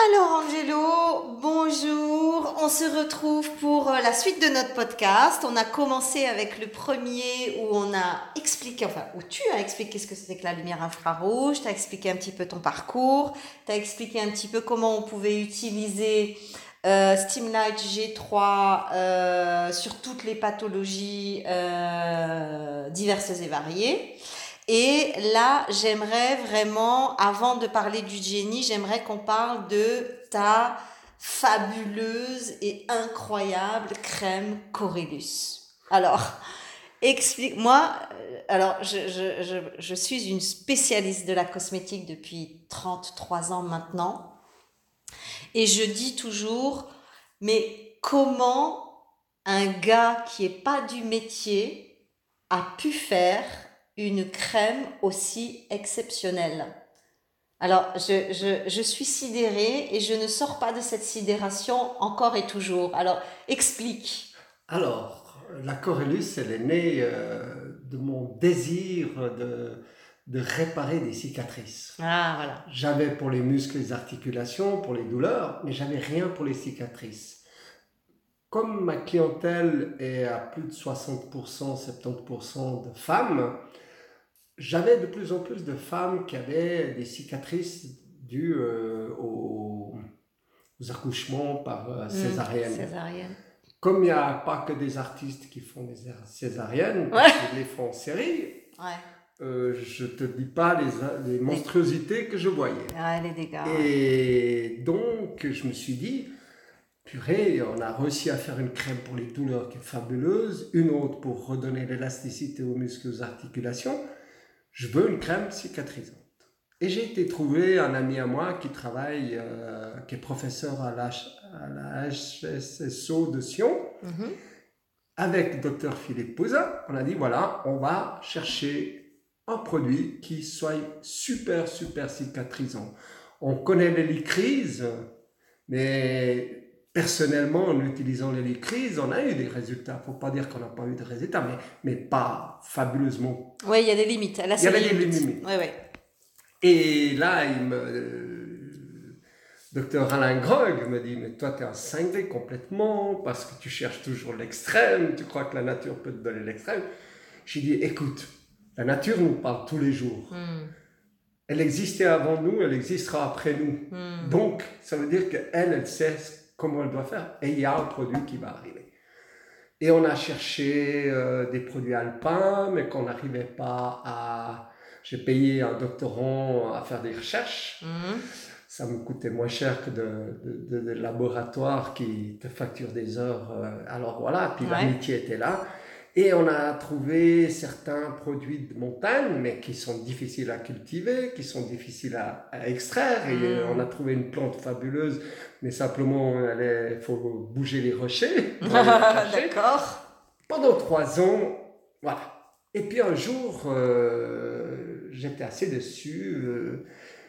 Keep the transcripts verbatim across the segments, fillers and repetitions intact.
Alors Angelo, bonjour, on se retrouve pour la suite de notre podcast. On a commencé avec le premier où on a expliqué, enfin où tu as expliqué ce que c'était que la lumière infrarouge, tu as expliqué un petit peu ton parcours, tu as expliqué un petit peu comment on pouvait utiliser euh, Steamlight G trois euh, sur toutes les pathologies euh, diverses et variées. Et là, j'aimerais vraiment, avant de parler du Jenny, j'aimerais qu'on parle de ta fabuleuse et incroyable crème Corellus. Alors, explique-moi, alors je, je, je, je suis une spécialiste de la cosmétique depuis trente-trois ans maintenant, et je dis toujours, mais comment un gars qui n'est pas du métier a pu faire une crème aussi exceptionnelle? Alors, je, je, je suis sidérée et je ne sors pas de cette sidération encore et toujours. Alors, explique. Alors, la Corellus, elle est née euh, de mon désir de, de réparer des cicatrices. Ah, voilà. J'avais pour les muscles, les articulations, pour les douleurs, mais j'avais rien pour les cicatrices. Comme ma clientèle est à plus de soixante pour cent, soixante-dix pour cent de femmes, j'avais de plus en plus de femmes qui avaient des cicatrices dues euh, aux, aux accouchements par euh, césarienne. Mmh, césarienne. Comme il n'y a pas que des artistes qui font des césariennes, Ouais. qui les font en série, Ouais. euh, je ne te dis pas les, les monstruosités que je voyais. Ouais, les dégâts. Et donc, je me suis dit, purée, on a réussi à faire une crème pour les douleurs qui est fabuleuse, une autre pour redonner l'élasticité aux muscles, aux articulations. Je veux une crème cicatrisante. Et j'ai été trouver un ami à moi qui travaille, euh, qui est professeur à la, à la H S S O de Sion, mm-hmm. avec docteur Philippe Pouzin. On a dit, voilà, on va chercher un produit qui soit super, super cicatrisant. On connaît l'hélicryse, mais personnellement, en utilisant l'hélicryse, on a eu des résultats. Il ne faut pas dire qu'on n'a pas eu de résultats, mais, mais pas fabuleusement. Oui, il y a des limites. Elle a il y avait des limites. limites. Oui, oui. Et là, il me, euh, docteur Alain Grog me dit, mais toi, tu es un cinglé complètement, parce que tu cherches toujours l'extrême, tu crois que la nature peut te donner l'extrême. J'ai dit, écoute, la nature nous parle tous les jours. Mm. Elle existait avant nous, elle existera après nous. Mm. Donc, ça veut dire qu'elle, elle sait comment elle doit faire. Et il y a un produit qui va arriver. Et on a cherché euh, des produits alpins, mais qu'on n'arrivait pas à... J'ai payé un doctorant à faire des recherches. Mmh. Ça me coûtait moins cher que de, de, de, de laboratoire qui te facture des heures. Alors voilà, puis ouais. L'amitié était là. Et on a trouvé certains produits de montagne, mais qui sont difficiles à cultiver, qui sont difficiles à, à extraire. Et mmh. on a trouvé une plante fabuleuse, mais simplement, il faut bouger les rochers. D'accord. Pendant trois ans, voilà. Et puis un jour, euh, j'étais assez déçu. Euh,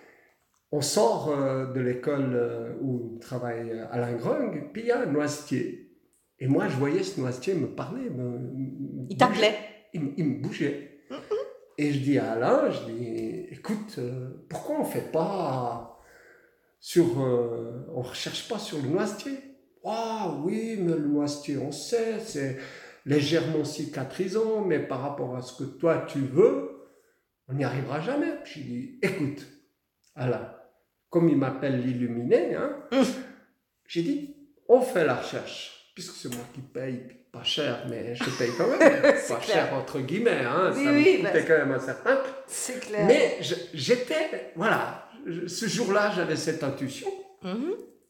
on sort euh, de l'école euh, où travaille Alain Grung, puis il y a un noisetier. Et moi, je voyais ce noisetier me parler. Me, me il t'appelait. Il, il me bougeait. Mm-hmm. Et je dis à Alain, je dis, écoute, euh, pourquoi on ne fait pas sur... Euh, on ne recherche pas sur le noisetier? Ah oh, oui, mais le noisetier, on sait, c'est... légèrement cicatrisant, mais par rapport à ce que toi tu veux, on n'y arrivera jamais. J'ai dit, écoute, Alain, comme il m'appelle l'illuminé, hein, mmh. j'ai dit, on fait la recherche, puisque c'est moi qui paye, pas cher, mais je paye quand même, pas clair. Cher entre guillemets, hein, oui, ça oui, me coûtait bah, quand même un certain. C'est clair. Mais je, j'étais, voilà, je, ce jour-là, j'avais cette intuition. Mmh.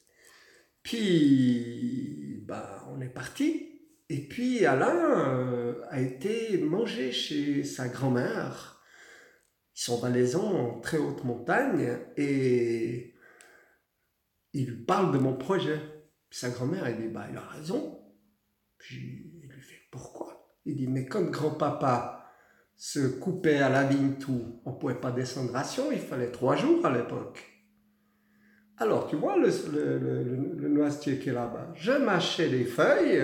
Puis, bah, on est parti. Et puis Alain euh, a été mangé chez sa grand-mère. Ils sont valaisans en très haute montagne et il lui parle de mon projet. Puis sa grand-mère, elle dit, bah, il a raison. Puis il lui fait, pourquoi? Il dit, mais comme grand-papa se coupait à la vigne tout, on ne pouvait pas descendre à Sion, il fallait trois jours à l'époque. Alors, tu vois le, le, le, le noisetier qui est là-bas. Je mâchais les feuilles,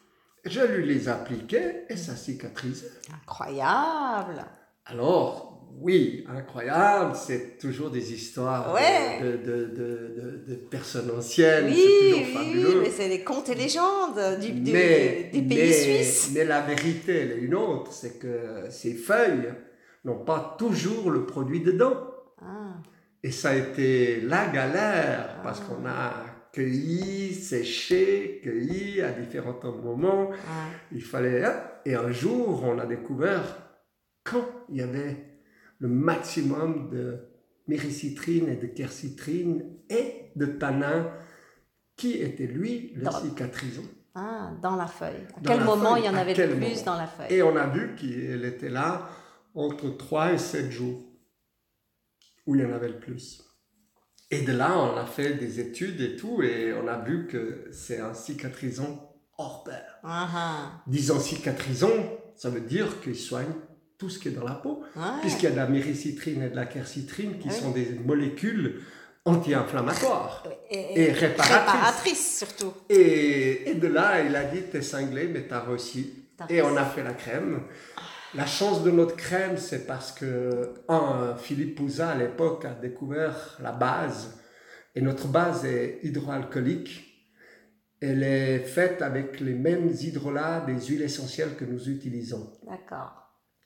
je lui les appliquais et ça cicatrisait. Incroyable! Alors, oui, incroyable, c'est toujours des histoires Ouais. de, de, de, de, de personnes anciennes, Oui, c'est toujours oui, fabuleux. mais c'est les contes et légendes du, du- Mais, des pays mais, suisses. mais la vérité, elle est une autre, c'est que ces feuilles n'ont pas toujours le produit dedans. Ah, Et ça a été la galère, parce Ah. qu'on a cueilli, séché, cueilli à différents moments. ouais. Il fallait... hein, Et un jour, on a découvert quand il y avait le maximum de méricitrine et de quercitrine et de tanin qui était, lui, le Dans- cicatrisant. Ah, dans la feuille. À Dans quel la moment feuille, il y en à avait quel le plus moment dans la feuille? Et on a vu qu'elle était là entre trois et sept jours, où il y en avait le plus. Et de là, on a fait des études et tout, et on a vu que c'est un cicatrisant hors pair. Ah, ah. Disant cicatrisant, ça veut dire qu'il soigne tout ce qui est dans la peau, Ouais. puisqu'il y a de la méricitrine et de la quercitrine qui Ah oui. sont des molécules anti-inflammatoires Et, et réparatrices. réparatrices, surtout. Et, et de là, il a dit, t'es cinglé, mais t'as réussi. T'as Et on réussi. a fait la crème. La chance de notre crème, c'est parce que un, Philippe Pouza, à l'époque, a découvert la base. Et notre base est hydroalcoolique. Elle est faite avec les mêmes hydrolats des huiles essentielles que nous utilisons. D'accord.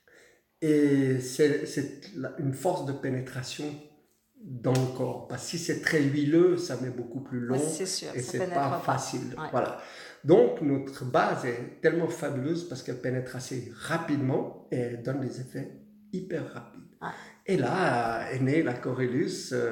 Et c'est, c'est la- une force de pénétration dans le corps. Parce que si c'est très huileux, ça met beaucoup plus long. Ouais, c'est sûr, Et ça c'est pénètre pas pas. facile. Ouais. Voilà. Donc, notre base est tellement fabuleuse parce qu'elle pénètre assez rapidement et elle donne des effets hyper rapides. Ouais. Et là est née la Corylus euh,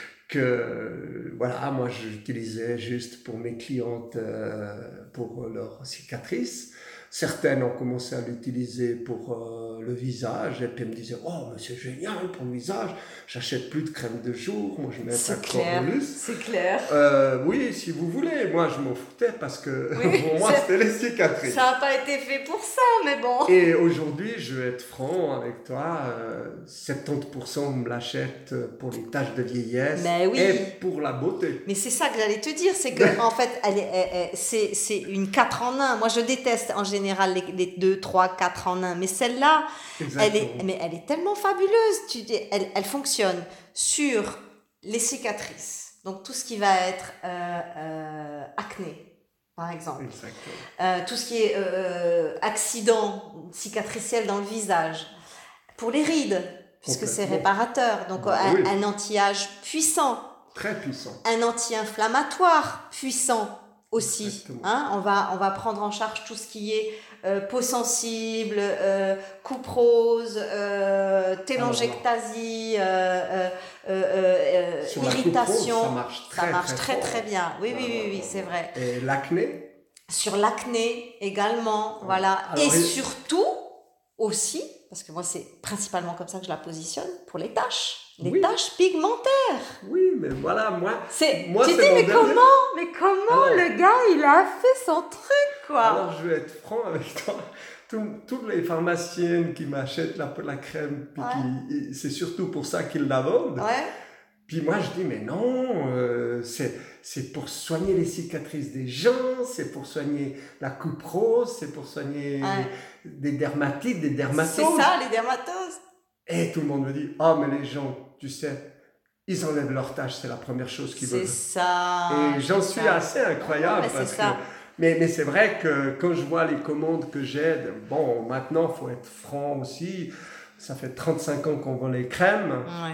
que, voilà, moi j'utilisais juste pour mes clientes, euh, pour leurs cicatrices. Certaines ont commencé à l'utiliser pour euh, le visage et puis elles me disaient « Oh, mais c'est génial pour le visage, j'achète plus de crème de jour, moi je mets C'est un clair. Corylus. » C'est clair. Euh, oui, si vous voulez. Moi, je m'en foutais parce que Oui, pour moi, c'est- c'était les cicatrices. Ça n'a pas été fait pour ça, mais bon. Et aujourd'hui, je vais être franc avec toi, euh, soixante-dix pour cent me l'achètent pour les taches de vieillesse Mais oui. et pour la beauté. Mais c'est ça que j'allais te dire, c'est que en fait, elle est, elle- elle- c'est, c'est une quatre en un. Moi, je déteste en général les, les deux, trois, quatre en un. Mais celle-là, elle est, Exactement. mais elle est tellement fabuleuse. Tu dis, elle, elle fonctionne sur les cicatrices. Donc tout ce qui va être euh, euh, acné, par exemple. Exactement. Euh, tout ce qui est euh, accident cicatriciel dans le visage. Pour les rides, puisque c'est Complètement. réparateur. Donc Bah un, oui. un anti-âge puissant. Très puissant. Un anti-inflammatoire puissant aussi. Exactement. Hein, on, va, on va prendre en charge tout ce qui est euh, peau sensible, euh, coupe rose, euh, télangiectasie, euh, euh, euh, euh, Sur la coupe irritation. rose, ça marche très, Ça marche très, très fort. très bien. Oui, oui, oui, oui, Euh, c'est vrai. Et l'acné, Sur l'acné également, voilà. Alors, Et il- surtout aussi, parce que moi c'est principalement comme ça que je la positionne, pour les taches, les Oui. taches pigmentaires. oui, mais voilà, moi, C'est, Moi, tu c'est dis, mon mais dernier- comment, mais comment Alors- le gars, il a fait son truc, quoi. alors je vais être franc avec toi. Tout- toutes les pharmaciennes qui m'achètent la, la crème, puis qui- c'est surtout pour ça qu'ils la vendent. Ouais, Puis moi, je dis, mais non, euh, c'est, c'est pour soigner les cicatrices des gens, c'est pour soigner la coupe rose, c'est pour soigner Ouais. des dermatites, des dermatoses. c'est ça, les dermatoses. Et tout le monde me dit, ah, mais les gens, tu sais, ils enlèvent leurs taches, c'est la première chose qu'ils C'est veulent. ça. Et j'en c'est suis ça. assez incroyable Ouais, mais parce c'est que... ça. Mais, mais c'est vrai que quand je vois les commandes que j'ai, bon, maintenant, il faut être franc aussi, ça fait trente-cinq ans qu'on vend les crèmes. Ouais,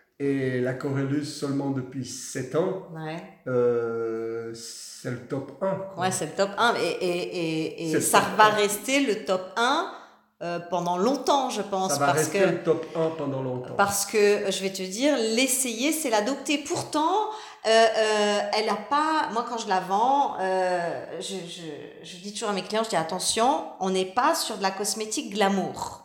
Et la Corylus seulement depuis sept ans, ouais. euh, c'est le top un. quoi. Ouais, c'est le top un. Et, et, et, et C'est le ça top va un. rester le top un euh, pendant longtemps, je pense. Ça va parce rester que... le top un pendant longtemps. Parce que, je vais te dire, l'essayer, c'est l'adopter. Pourtant, euh, euh, elle n'a pas... Moi, quand je la vends, euh, je, je, je dis toujours à mes clients, je dis attention, on n'est pas sur de la cosmétique glamour.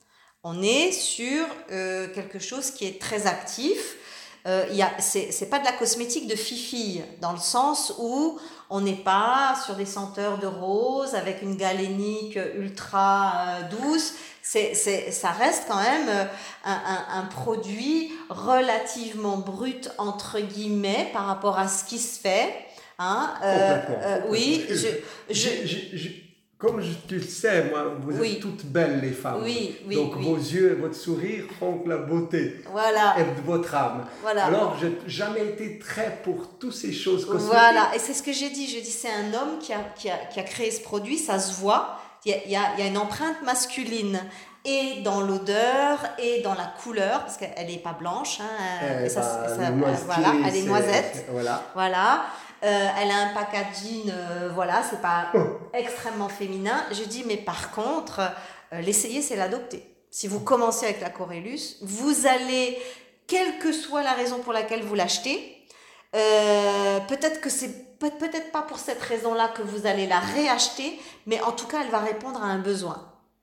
On est sur euh, quelque chose qui est très actif. Euh, il y a, c'est, c'est pas de la cosmétique de fifi, dans le sens où on n'est pas sur des senteurs de rose avec une galénique ultra euh, douce. C'est, c'est, ça reste quand même euh, un, un, un produit relativement brut, entre guillemets, par rapport à ce qui se fait. Hein, euh, Complètement, euh, oui, complètement. je, je, J'ai- j'ai- j'ai- comme je, tu le sais, moi, vous Oui. êtes toutes belles les femmes. Oui, oui, Donc oui. vos yeux et votre sourire font que la beauté Voilà. est de votre âme. Voilà. Alors, je n'ai jamais été très pour toutes ces choses cosmétiques. Voilà, et c'est ce que j'ai dit. Je dis, c'est un homme qui a, qui, a, qui a créé ce produit, ça se voit. Il y a, il y a, il y a une empreinte masculine, et dans l'odeur, et dans la couleur, parce qu'elle n'est pas blanche. Hein, Eh et ça, ben, ça, le noisetier, voilà, elle est c'est- noisette. Voilà. Voilà. Euh, elle a un packaging, euh, voilà, c'est pas extrêmement féminin. Je dis, mais par contre, euh, l'essayer, c'est l'adopter. Si vous commencez avec la Corellus, vous allez, quelle que soit la raison pour laquelle vous l'achetez, euh, peut-être que c'est peut- peut-être pas pour cette raison-là que vous allez la réacheter, mais en tout cas, elle va répondre à un besoin.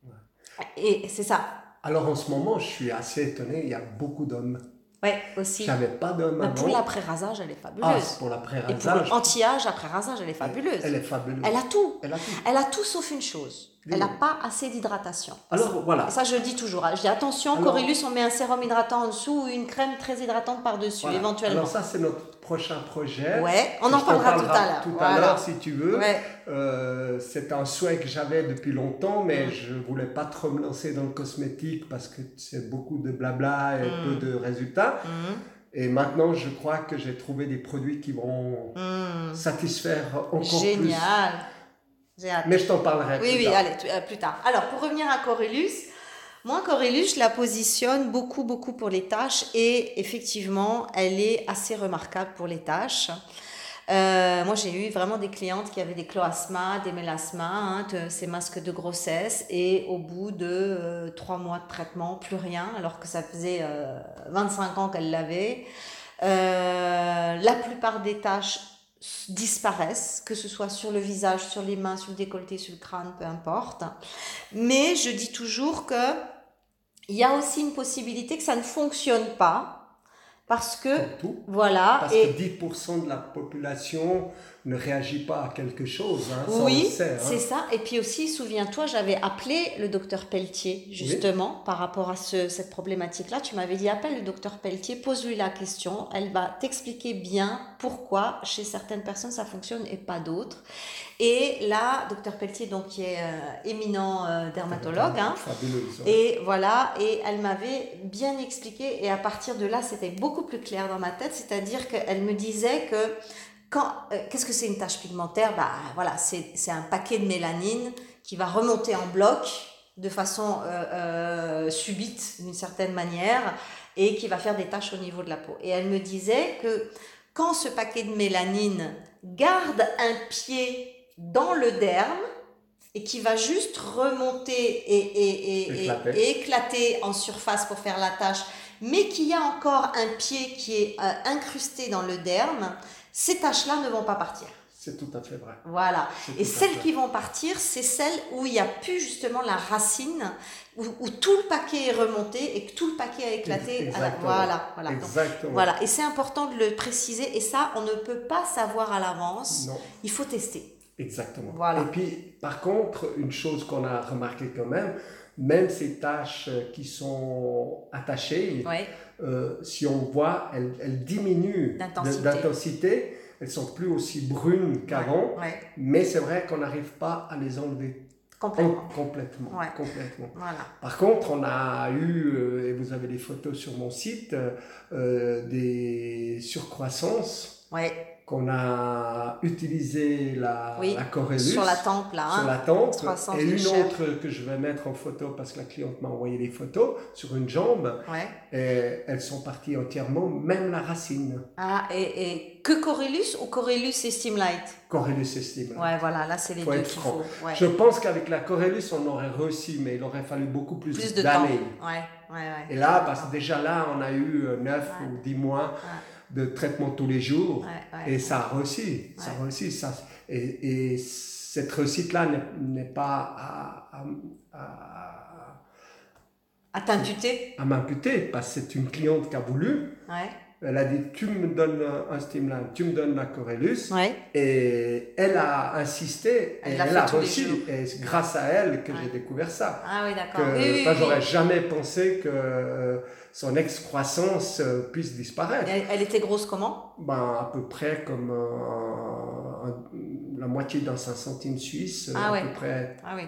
Et c'est ça. Alors en ce moment, je suis assez étonné, il y a beaucoup d'hommes. Ouais, aussi. Je n'avais pas d'hommes Mais avant. pour l'après-rasage, elle est Ah, fabuleuse. c'est pour Et pour l'après-rasage. l'anti-âge, après-rasage, elle est fabuleuse. Elle est fabuleuse. Elle a tout. Elle a tout. Elle a tout sauf une chose. Oui. Elle n'a pas assez d'hydratation. Alors voilà. Et ça, je le dis toujours. Je dis attention, Alors- Corellus, on met un sérum hydratant en dessous ou une crème très hydratante par-dessus, Voilà. éventuellement. Alors ça, c'est notre prochain projet. Ouais, on Je en t'en parlera tout à parlerai l'heure. Tout à Voilà. l'heure, si tu veux. Ouais. Euh, c'est un souhait que j'avais depuis longtemps, mais Mm. je voulais pas trop me lancer dans le cosmétique parce que c'est beaucoup de blabla et Mm. peu de résultats. Mhm. Et maintenant, je crois que j'ai trouvé des produits qui vont Mhm. satisfaire encore plus. Génial. J'ai hâte. Mais je t'en parlerai Oui, plus oui, tard. allez, tu- euh, plus tard. Alors, pour revenir à Corellus, moi, Corellus, je la positionne beaucoup, beaucoup pour les tâches et effectivement, elle est assez remarquable pour les tâches. Euh, moi, j'ai eu vraiment des clientes qui avaient des cloasmas, des mélasmas, hein, de- ces masques de grossesse, et au bout de euh, trois mois de traitement, plus rien, alors que ça faisait euh, vingt-cinq ans qu'elle l'avait. Euh, la plupart des taches s- disparaissent, que ce soit sur le visage, sur les mains, sur le décolleté, sur le crâne, peu importe. Mais je dis toujours que il y a aussi une possibilité que ça ne fonctionne pas, parce que, Comme tout. voilà, Parce et que dix pour cent de la population ne réagit pas à quelque chose. Hein, ça, on oui, le sait, hein. c'est ça. Et puis aussi, souviens-toi, j'avais appelé le docteur Pelletier, justement, par rapport à ce, cette problématique-là. Tu m'avais dit, appelle le docteur Pelletier, pose-lui la question. Elle va t'expliquer bien pourquoi chez certaines personnes ça fonctionne et pas d'autres. Et là, docteur Pelletier, donc, qui est euh, éminent euh, dermatologue, hein, Fabuleuse. ouais. et voilà, et elle m'avait bien expliqué, et à partir de là, c'était beaucoup plus clair dans ma tête, c'est-à-dire qu'elle me disait que, quand, euh, qu'est-ce que c'est une tache pigmentaire? Bah voilà, c'est, c'est un paquet de mélanine qui va remonter en bloc de façon euh, euh, subite, d'une certaine manière, et qui va faire des taches au niveau de la peau. Et elle me disait que quand ce paquet de mélanine garde un pied dans le derme, et qui va juste remonter et, et, et, Éclater. et, et éclater en surface pour faire la tache, mais qu'il y a encore un pied qui est euh, incrusté dans le derme, ces taches-là ne vont pas partir. C'est tout à fait vrai. Voilà. C'est Et tout à celles fait. qui vont partir, c'est celles où il n'y a plus justement la racine, où, où tout le paquet est remonté et que tout le paquet a éclaté. À la- Exactement. Voilà, voilà. Donc, Exactement. voilà. Et c'est important de le préciser. Et ça, on ne peut pas savoir à l'avance. Non. Il faut tester. Exactement. Voilà. Et puis, par contre, une chose qu'on a remarqué quand même, même ces taches qui sont attachées, Ouais. euh, si on voit, elles, elles diminuent D'intensité. de- d'intensité. Elles sont plus aussi brunes qu'avant, Ouais. mais c'est vrai qu'on n'arrive pas à les enlever Complètement. com- complètement. Ouais. complètement. Voilà. Par contre, on a eu, euh, et vous avez des photos sur mon site, euh, des surcroissances Ouais. qu'on a utilisé la, Oui, la Corellus sur la tempe, là. sur Hein. la tempe, croissance et de une chair. autre que je vais mettre en photo parce que la cliente m'a envoyé des photos sur une jambe, Ouais. et elles sont parties entièrement, même la racine. Ah, et, et que Corellus ou Corellus et Steamlight? Corellus estime. Ouais, voilà, là, c'est les Faut deux être qu'il franc. faut. Ouais. Je pense qu'avec la Corellus, on aurait réussi, mais il aurait fallu beaucoup plus, Plus de temps. d'années. Ouais, ouais, ouais. Et là, parce que déjà là, on a eu neuf Ouais. ou dix mois de traitement tous les jours. Ouais, ouais. Et ça a réussi, ça a réussi. Ça, et, et cette réussite-là n'est, n'est pas à, à, à, À t'imputer? à m'imputer, parce que c'est une cliente qui a voulu. Ouais. Elle a dit, tu me donnes un stimulant, tu me donnes la Corellus. Ouais. Et elle a insisté, Elle et l'a elle fait a tous les réussi. jours. Et c'est grâce à elle que Ouais. j'ai découvert ça. Ah oui, Que, d'accord. Oui, oui, enfin, oui, j'aurais oui. jamais pensé que euh, son ex-croissance euh, puisse disparaître. Elle, elle était grosse comment? Ben, à peu près comme euh, un- la moitié d'un cinq centimes suisse, Ah à ouais. peu près Ah oui.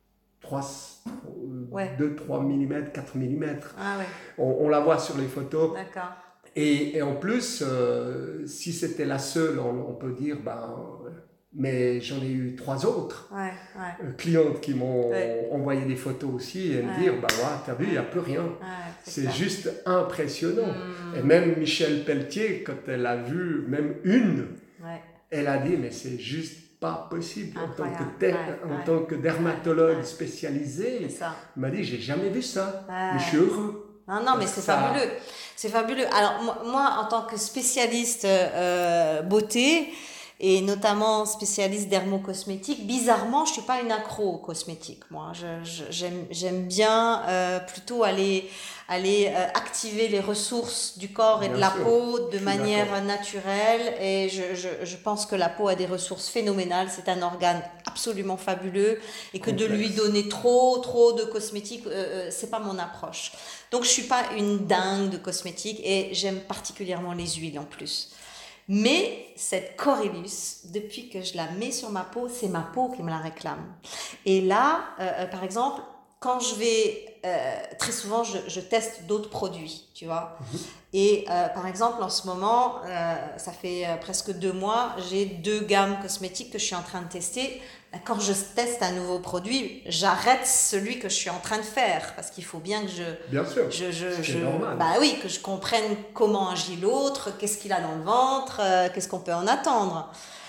Ouais. deux à trois millimètres, quatre millimètres. Ah ouais. On, on la voit sur les photos. D'accord. Et, et en plus, euh, si c'était la seule, on, on peut dire, ben, mais j'en ai eu trois autres ouais, ouais. euh, clientes qui m'ont Ouais. envoyé des photos aussi et me Ouais. dire, ben voilà, t'as vu, il n'y a plus rien. Ouais, c'est clair. juste impressionnant. Mmh. Et même Michel Pelletier, quand elle a vu même une, Ouais. elle a dit, mais c'est juste pas possible. En tant que, ter- Ouais, en ouais, tant que dermatologue ouais. spécialisé, C'est ça. il m'a dit, j'ai jamais vu ça, Ouais. mais je suis heureux. Non, non, mais Parce c'est que ça- fabuleux. C'est fabuleux. Alors, moi, moi, en tant que spécialiste euh, beauté, et notamment spécialiste dermocosmétique, bizarrement, je suis pas une accro aux cosmétiques. Moi, je, je- j'aime, j'aime bien euh, plutôt aller, aller euh, activer les ressources du corps et Bien de la sûr, peau de je suis manière d'accord. naturelle. Et je, je, je pense que la peau a des ressources phénoménales. C'est un organe absolument fabuleux et que de lui Complexe. donner trop, trop de cosmétiques, euh, euh, c'est pas mon approche. Donc, je suis pas une dingue de cosmétiques et j'aime particulièrement les huiles en plus. Mais cette Corellus, depuis que je la mets sur ma peau, c'est ma peau qui me la réclame. Et là, euh, euh, par exemple, quand je vais, euh, très souvent, je, je teste d'autres produits, tu vois. Mhm. Et euh, par exemple, en ce moment, euh, ça fait euh, presque deux mois, j'ai deux gammes cosmétiques que je suis en train de tester. Quand je teste un nouveau produit, j'arrête celui que je suis en train de faire parce qu'il faut bien que je, Bien sûr, je, je, c'est je, normal. bah oui, que je comprenne comment agit l'autre, qu'est-ce qu'il a dans le ventre, euh, qu'est-ce qu'on peut en attendre.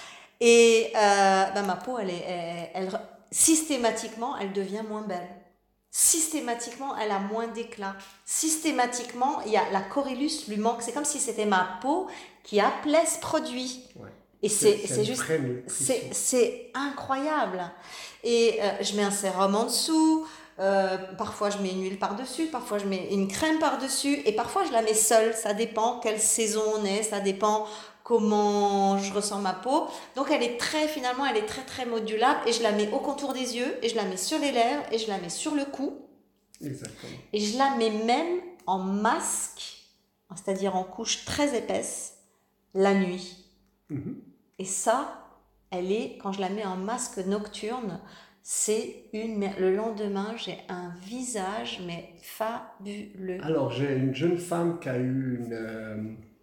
Et euh, bah, ma peau, elle est, elle, elle- systématiquement, elle devient moins belle. Systématiquement, elle a moins d'éclat. Systématiquement, il y a la Corellus lui manque. C'est comme si c'était ma peau qui appelait ce produit. Ouais. Et c'est, C'est c'est une juste, vraie nutrition. c'est, c'est incroyable. Et euh, je mets un sérum en dessous. Euh, parfois je mets une huile par-dessus, parfois je mets une crème par-dessus, et parfois je la mets seule. Ça dépend quelle saison on est, ça dépend comment je ressens ma peau. Donc elle est très, finalement, elle est très très modulable, et je la mets au contour des yeux, et je la mets sur les lèvres, et je la mets sur le cou, Exactement. et je la mets même en masque, c'est-à-dire en couche très épaisse, la nuit. Mhm. Et ça, elle est, quand je la mets en masque nocturne, c'est une, mais le lendemain, j'ai un visage, mais fabuleux. Alors, j'ai une jeune femme qui a eu une, euh,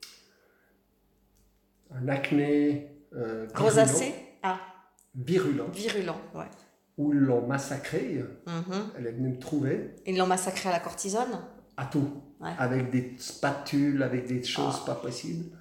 un acné euh, virulent, Rosacée? Ah, virulent, virulent, ouais. où ils l'ont massacrée. Mhm. Elle est venue me trouver Ils l'ont massacré à la cortisone? à tout, Ouais. avec des spatules, avec des choses pas possibles.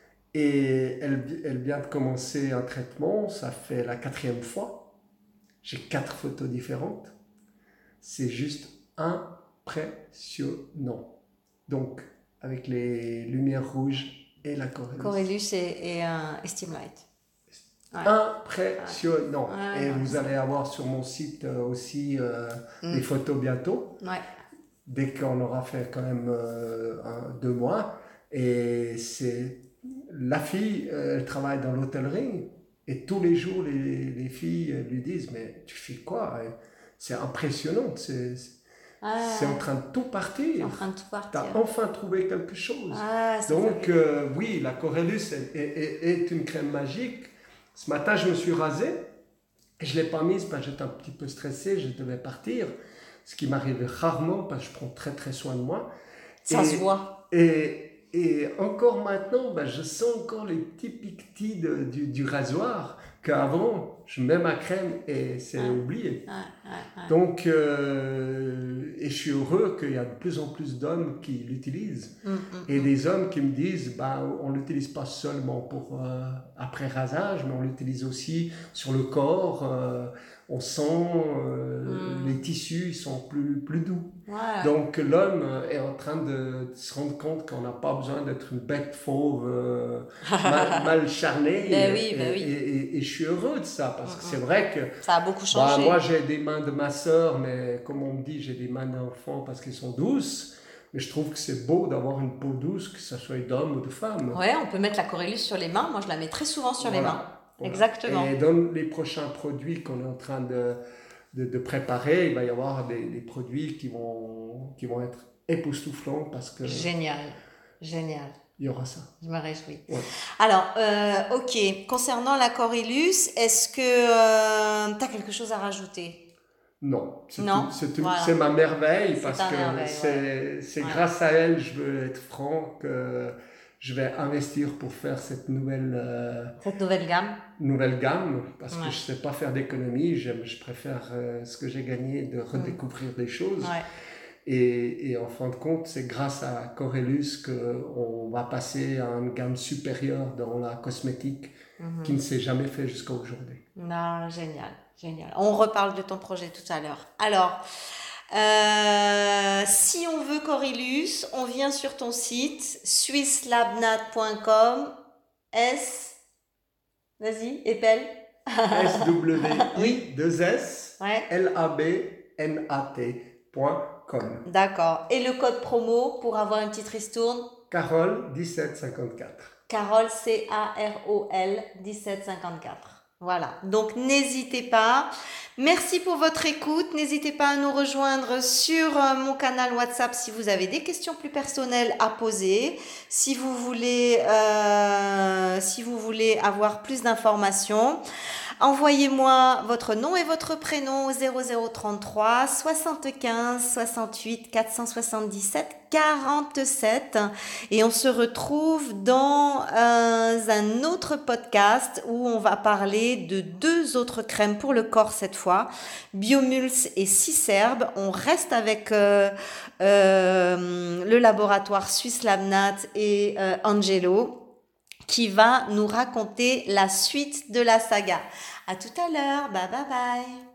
Et elle, elle vient de commencer un traitement, ça fait la quatrième fois. J'ai quatre photos différentes. C'est juste impressionnant. Donc, avec les lumières rouges et la Corellus. Corellus et, et, euh, et Steamlight. Ouais. Impressionnant. Ouais, et ouais, vous ouais. allez avoir sur mon site euh, aussi euh, Mm. des photos bientôt, Ouais. dès qu'on aura fait quand même euh, un, deux mois. Et c'est la fille, euh, elle travaille dans l'hôtellerie. Et tous les jours, les, les filles euh, lui disent, mais tu fais quoi? Et c'est impressionnant. C'est, Ah, c'est en train de tout c'est partir. en train de tout Tu as partir. enfin trouvé quelque chose. Ah, c'est Donc, fabuleux. euh, oui, la Corellus est, est- est une crème magique. Ce matin, je me suis rasé. Et je ne l'ai pas mise parce que j'étais un petit peu stressé. Je devais partir. Ce qui m'arrive rarement parce que je prends très très soin de moi. Ça et, se voit. Et, et encore maintenant, ben, je sens encore les petits piquetis de- du, du rasoir qu'avant, je mets ma crème et c'est Ouais. oublié. Ouais, ouais, ouais. Donc, euh, et je suis heureux qu'il y a de plus en plus d'hommes qui l'utilisent. Mm, mm, Et mm. des hommes qui me disent, bah, on ne l'utilise pas seulement pour euh, après rasage, mais on l'utilise aussi sur le corps. euh, on sent euh, Mm. les tissus, ils sont plus, plus doux. Ouais. Donc l'homme est en train de se rendre compte qu'on n'a pas besoin d'être une bête fauve euh, mal, mal charnée. Ben et, oui, ben et- oui. Et, et- et je suis heureux de ça, parce que Mm, c'est mm. vrai que Ça a beaucoup bah, changé. moi j'ai des mains de ma sœur, mais comme on me dit, j'ai des mains d'enfant parce qu'elles sont douces. Mais je trouve que c'est beau d'avoir une peau douce, que ce soit d'homme ou de femme. Ouais, on peut mettre la Corellus sur les mains. Moi, je la mets très souvent sur les Voilà. mains. Voilà. Exactement. Et dans les prochains produits qu'on est en train de, de, de préparer, il va y avoir des, des produits qui vont, qui vont être époustouflants parce que Génial. Génial. il y aura ça. Je me réjouis. Ouais. Alors, euh, ok, concernant la Corylus, est-ce que euh, tu as quelque chose à rajouter? Non, c'est, Non, tout- c'est, tout- voilà. c'est ma merveille C'est parce ta que merveille, c'est, c'est Ouais. grâce à elle, je veux être franc, que je vais investir pour faire cette nouvelle, euh, Cette nouvelle gamme? nouvelle gamme parce Ouais. que je sais pas faire d'économie, j'aime, je préfère euh, ce que j'ai gagné de redécouvrir des choses. Ouais. Et, et en fin de compte, c'est grâce à Corylus qu'on va passer à une gamme supérieure dans la cosmétique Mhm. qui ne s'est jamais fait jusqu'à aujourd'hui. Non, génial, génial. On reparle de ton projet tout à l'heure. Alors, euh, si on veut Corylus, on vient sur ton site swisslabnat point com. S, vas-y, épelle. S W Oui. I deux S Ouais, L A B N A T point com. d'accord. Et le code promo pour avoir une petite ristourne? Carole dix-sept cinquante-quatre. Carole, C A R O L, dix-sept cinquante-quatre. Voilà, donc n'hésitez pas. Merci pour votre écoute. N'hésitez pas à nous rejoindre sur euh, mon canal WhatsApp si vous avez des questions plus personnelles à poser. Si vous voulez, euh, si vous voulez avoir plus d'informations, envoyez-moi votre nom et votre prénom au zéro zéro trente-trois soixante-quinze soixante-huit quatre cent soixante-dix-sept quarante-sept et on se retrouve dans euh, un autre podcast où on va parler de deux autres crèmes pour le corps cette fois, Biomulse et Cicerbe. On reste avec euh, euh, le laboratoire Swiss Labnat et euh, Angelo qui va nous raconter la suite de la saga. À tout à l'heure, bye bye bye.